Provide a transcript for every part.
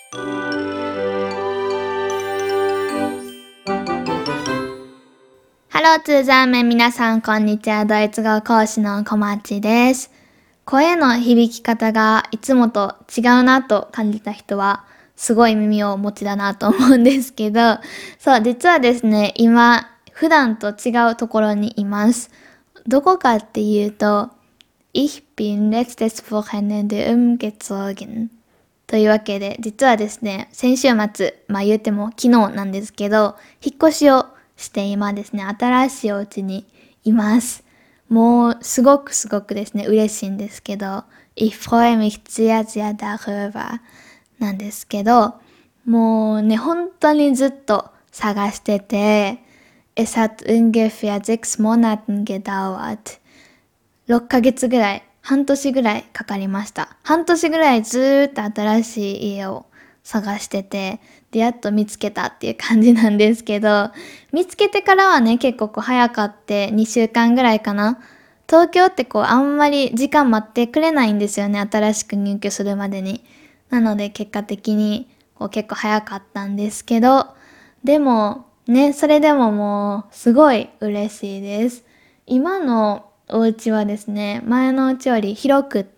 Hallo zusammen、皆さんこんにちは。ドイツ語講師の小町です。声の響き方がいつもと違うなと感じた人は、すごい耳をお持ちだなと思うんですけど、そう、実はですね、今、普段と違うところにいます。どこかっていうと、Ich bin letztes Wochenende umgezogen。というわけで、実はですね、先週末、言っても昨日なんですけど、引っ越しをして今ですね、新しいお家にいます。もう、すごくですね、嬉しいんですけど、Ich freue mich sehr, sehr darüber なんですけど、もうね、本当にずっと探してて、Es hat ungefähr 6 Monaten gedauert。6ヶ月ぐらい、半年ぐらいかかりました。半年ぐらいずーっと新しい家を探してて、で、やっと見つけたっていう感じなんですけど、見つけてからはね、結構早かって2週間ぐらいかな。東京ってあんまり時間待ってくれないんですよね、新しく入居するまでに。なので結果的に結構早かったんですけど、でもね、それでももうすごい嬉しいです。今のお家はですね、前のお家より広くって、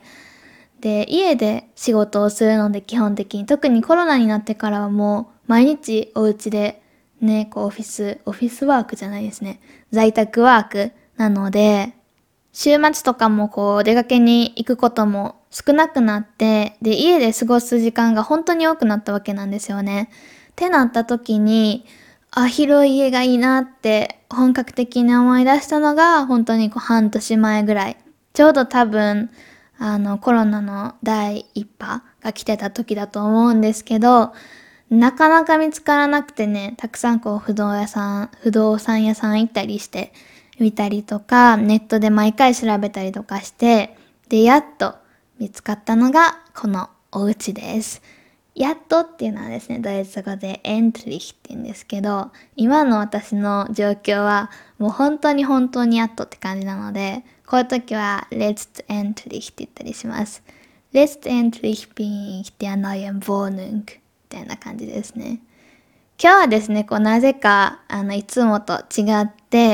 で、家で仕事をするので基本的に、特にコロナになってからはもう毎日お家でね、オフィスワークじゃないですね。在宅ワークなので、週末とかも出かけに行くことも少なくなって、で、家で過ごす時間が本当に多くなったわけなんですよね。ってなった時に、広い家がいいなって本格的に思い出したのが本当に半年前ぐらい。ちょうど多分、コロナの第一波が来てた時だと思うんですけど、なかなか見つからなくてね、たくさん不動産屋さん行ったりしてみたりとか、ネットで毎回調べたりとかして、で、やっと見つかったのがこのお家です。やっとっていうのはですね、ドイツ語でエントリヒって言うんですけど、今の私の状況はもう本当にやっとって感じなので、こういう時は Let's endlich って言ったりします。Let's endlich bin ich der neuen Wohnung みたいな感じですね。今日はですね、なぜか、いつもと違って、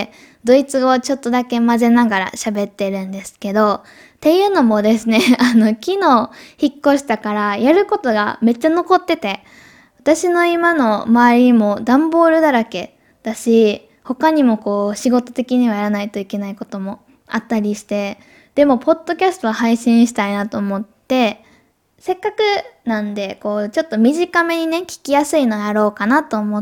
ドイツ語をちょっとだけ混ぜながら喋ってるんですけど、っていうのもですね、昨日引っ越したからやることがめっちゃ残ってて、私の今の周りも段ボールだらけだし、他にも仕事的にはやらないといけないこともあったりして、でもポッドキャストは配信したいなと思って、せっかくなんで、ちょっと短めにね、聞きやすいのやろうかなと思って、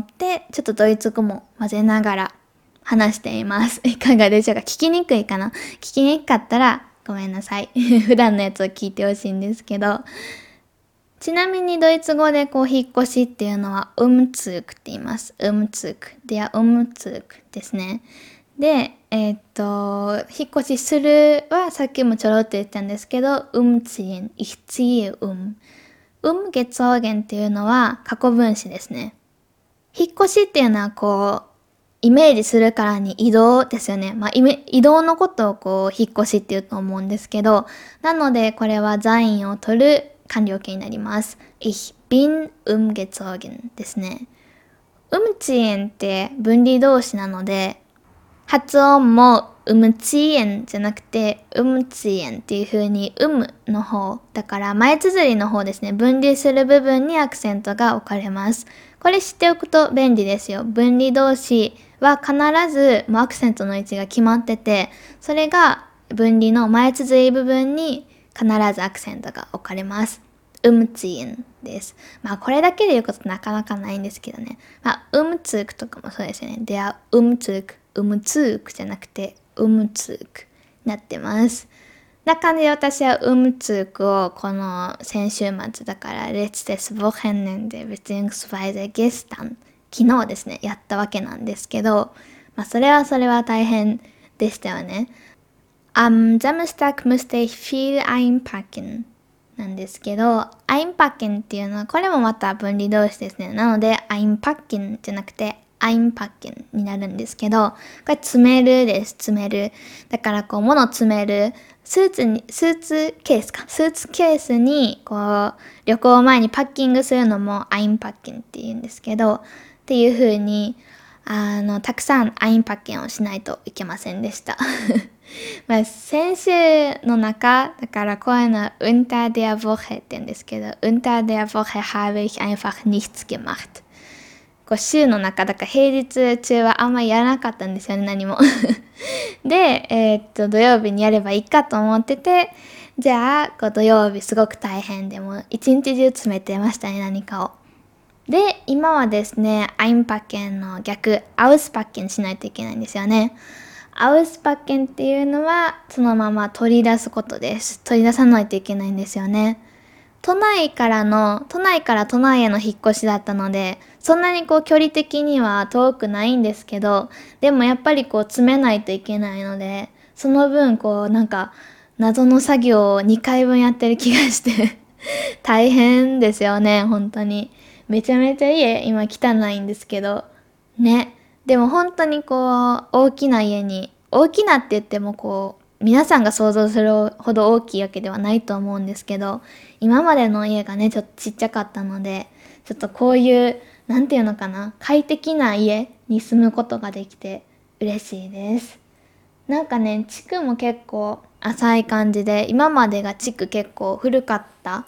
ちょっとドイツ語も混ぜながら話しています。いかがでしょうか？聞きにくいかな？聞きにくかったらごめんなさい。普段のやつを聞いてほしいんですけど、ちなみにドイツ語で引っ越しっていうのはUmzugって言います。Umzug。der Umzugですね。で、引っ越しするはさっきもちょろっと言ったんですけど、umziehen、ich ziehe umgezogen っていうのは過去分詞ですね。引っ越しっていうのはイメージするからに移動ですよね。移動のことを引っ越しって言うと思うんですけど、なのでこれは在員を取る完了形になります。Ich bin umgezogen ですね。umziehen って分離動詞なので、発音もumziehenじゃなくてumziehenっていう風にの方だから前綴りの方ですね。分離する部分にアクセントが置かれます。これ知っておくと便利ですよ。分離動詞は必ずもうアクセントの位置が決まってて、それが分離の前綴り部分に必ずアクセントが置かれます。umziehen です。これだけで言うことなかなかないんですけどね。umzug とかもそうですよね。der Umzug じゃなくて Umzug になってます。な感じで私はUmzugをこの先週末だから letztes Wochenende bzw. gestern 昨日ですね、やったわけなんですけど、それは大変でしたよね。Am Samstag musste ich viel einpackenなんですけど、einpackenっていうのはこれもまた分離動詞ですね。なのでeinpackenじゃなくてアインパッケンになるんですけど、これ詰めるです。詰める。だからこう物詰める。スーツケースにこう旅行前にパッキングするのもアインパッケンって言うんですけど、っていう風にたくさんアインパッケンをしないといけませんでした。まあ、先週の中、だからこういうのはunter der Wocheって言うんですけど、unter der Woche habe ich einfach nichts gemacht。こう週の中、だから平日中はあんまりやらなかったんですよね、何も。で、土曜日にやればいいかと思ってて、じゃあ、こう土曜日すごく大変でも、一日中詰めてましたね、何かを。で、今はですね、アインパッケンの逆、アウスパッケンしないといけないんですよね。アウスパッケンっていうのは、そのまま取り出すことです。取り出さないといけないんですよね。都内から都内への引っ越しだったので、そんなにこう距離的には遠くないんですけど、でもやっぱりこう詰めないといけないので、その分こうなんか謎の作業を2回分やってる気がして大変ですよね、本当に。めちゃめちゃ家今汚いんですけど、ね。でも本当にこう大きな家に、大きなって言ってもこう皆さんが想像するほど大きいわけではないと思うんですけど、今までの家がね、ちょっとちっちゃかったので、ちょっとこういう、なんていうのかな、快適な家に住むことができて嬉しいです。なんかね、地区も結構浅い感じで、今までが地区結構古かった。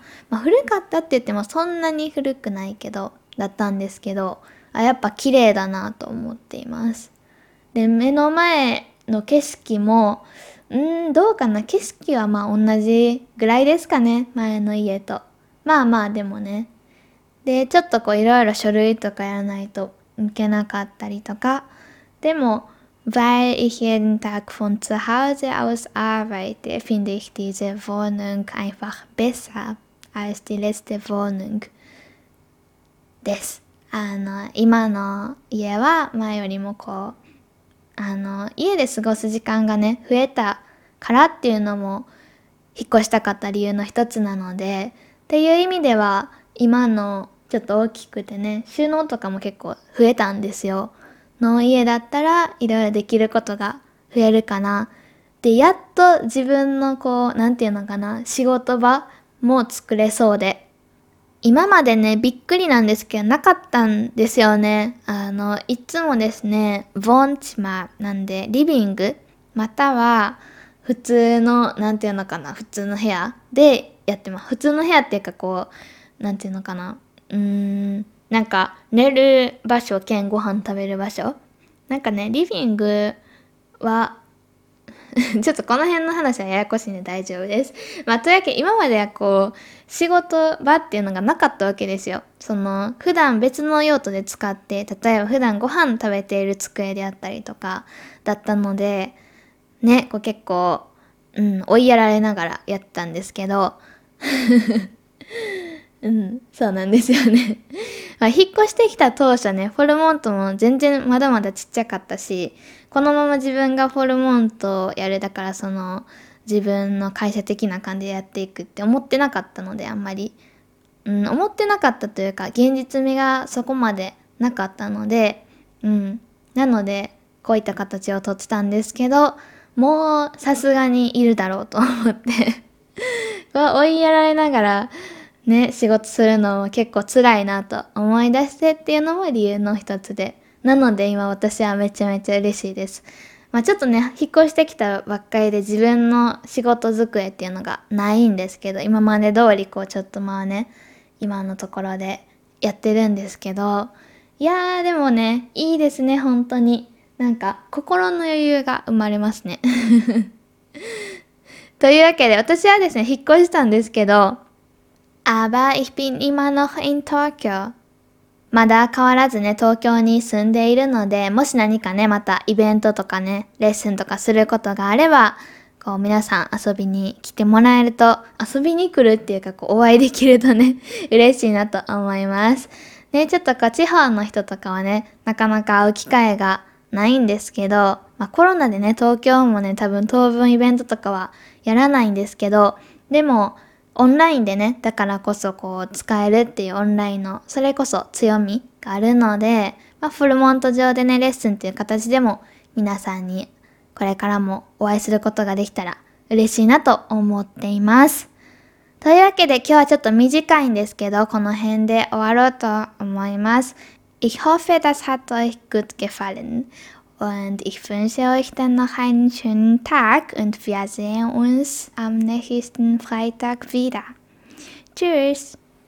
まあ古かったって言ってもそんなに古くないけど、だったんですけど、やっぱ綺麗だなと思っています。で、目の前の景色も、どうかな、景色はまあ同じぐらいですかね、前の家と。まあまあでもね。で、ちょっとこういろいろ書類とかやらないといけなかったりとか。でも、weil ich jeden Tag von zu Hause aus arbeite, finde ich diese Wohnung einfach besser als die letzte Wohnung です。今の家は前よりもこう、家で過ごす時間がね、増えたからっていうのも、引っ越したかった理由の一つなので、っていう意味では、今のちょっと大きくてね、収納とかも結構増えたんですよ。の家だったら、いろいろできることが増えるかな。で、やっと自分のこう、なんていうのかな、仕事場も作れそうで、今までね、びっくりなんですけど、なかったんですよね。いつもですね、Wohnzimmerなんで、リビング、または、普通の、なんていうのかな、普通の部屋でやってます。普通の部屋っていうかこう、なんていうのかな、なんか、寝る場所兼ご飯食べる場所。なんかね、リビングは、ちょっとこの辺の話はややこしいんで大丈夫です。まあ、というわけで今まではこう、仕事場っていうのがなかったわけですよ。普段別の用途で使って、例えば普段ご飯食べている机であったりとか、だったので、ね、こう結構、追いやられながらやったんですけど、そうなんですよね。まあ、引っ越してきた当初ね、フォルモントも全然まだまだちっちゃかったし、このまま自分がフォルモントをやる、だから自分の会社的な感じでやっていくって思ってなかったので、あんまり、思ってなかったというか、現実味がそこまでなかったので、なので、こういった形をとってたんですけど、もうさすがにいるだろうと思って追いやられながらね、仕事するのも結構辛いなと思い出してっていうのも理由の一つで。なので今私はめちゃめちゃ嬉しいです。まあちょっとね、引っ越してきたばっかりで自分の仕事机っていうのがないんですけど、今まで通りこうちょっとまあね、今のところでやってるんですけど、いやーでもね、いいですね、本当に。なんか心の余裕が生まれますね。というわけで私はですね、引っ越したんですけど、Aber ich bin immer noch in Tokyo. まだ変わらずね、東京に住んでいるので、もし何かね、またイベントとかね、レッスンとかすることがあれば、こう皆さん遊びに来てもらえると、遊びに来るっていうかこうお会いできるとね、嬉しいなと思います。ね、ちょっとこう地方の人とかはね、なかなか会う機会がないんですけど、まあコロナでね、東京もね、多分当分イベントとかはやらないんですけど、でも、 オンラインでね、だからこそ使えるっていうオンラインの、それこそ強みがあるので、フルモント上でね、レッスンっていう形でも皆さんにこれからもお会いすることができたら嬉しいなと思っています。というわけで今日はちょっと短いんですけど、この辺で終わろうと思います。Ich hoffe, das hat euch gut gefallen. Und ich wünsche euch dann noch einen schönen Tag und wir sehen uns am nächsten Freitag wieder. Tschüss!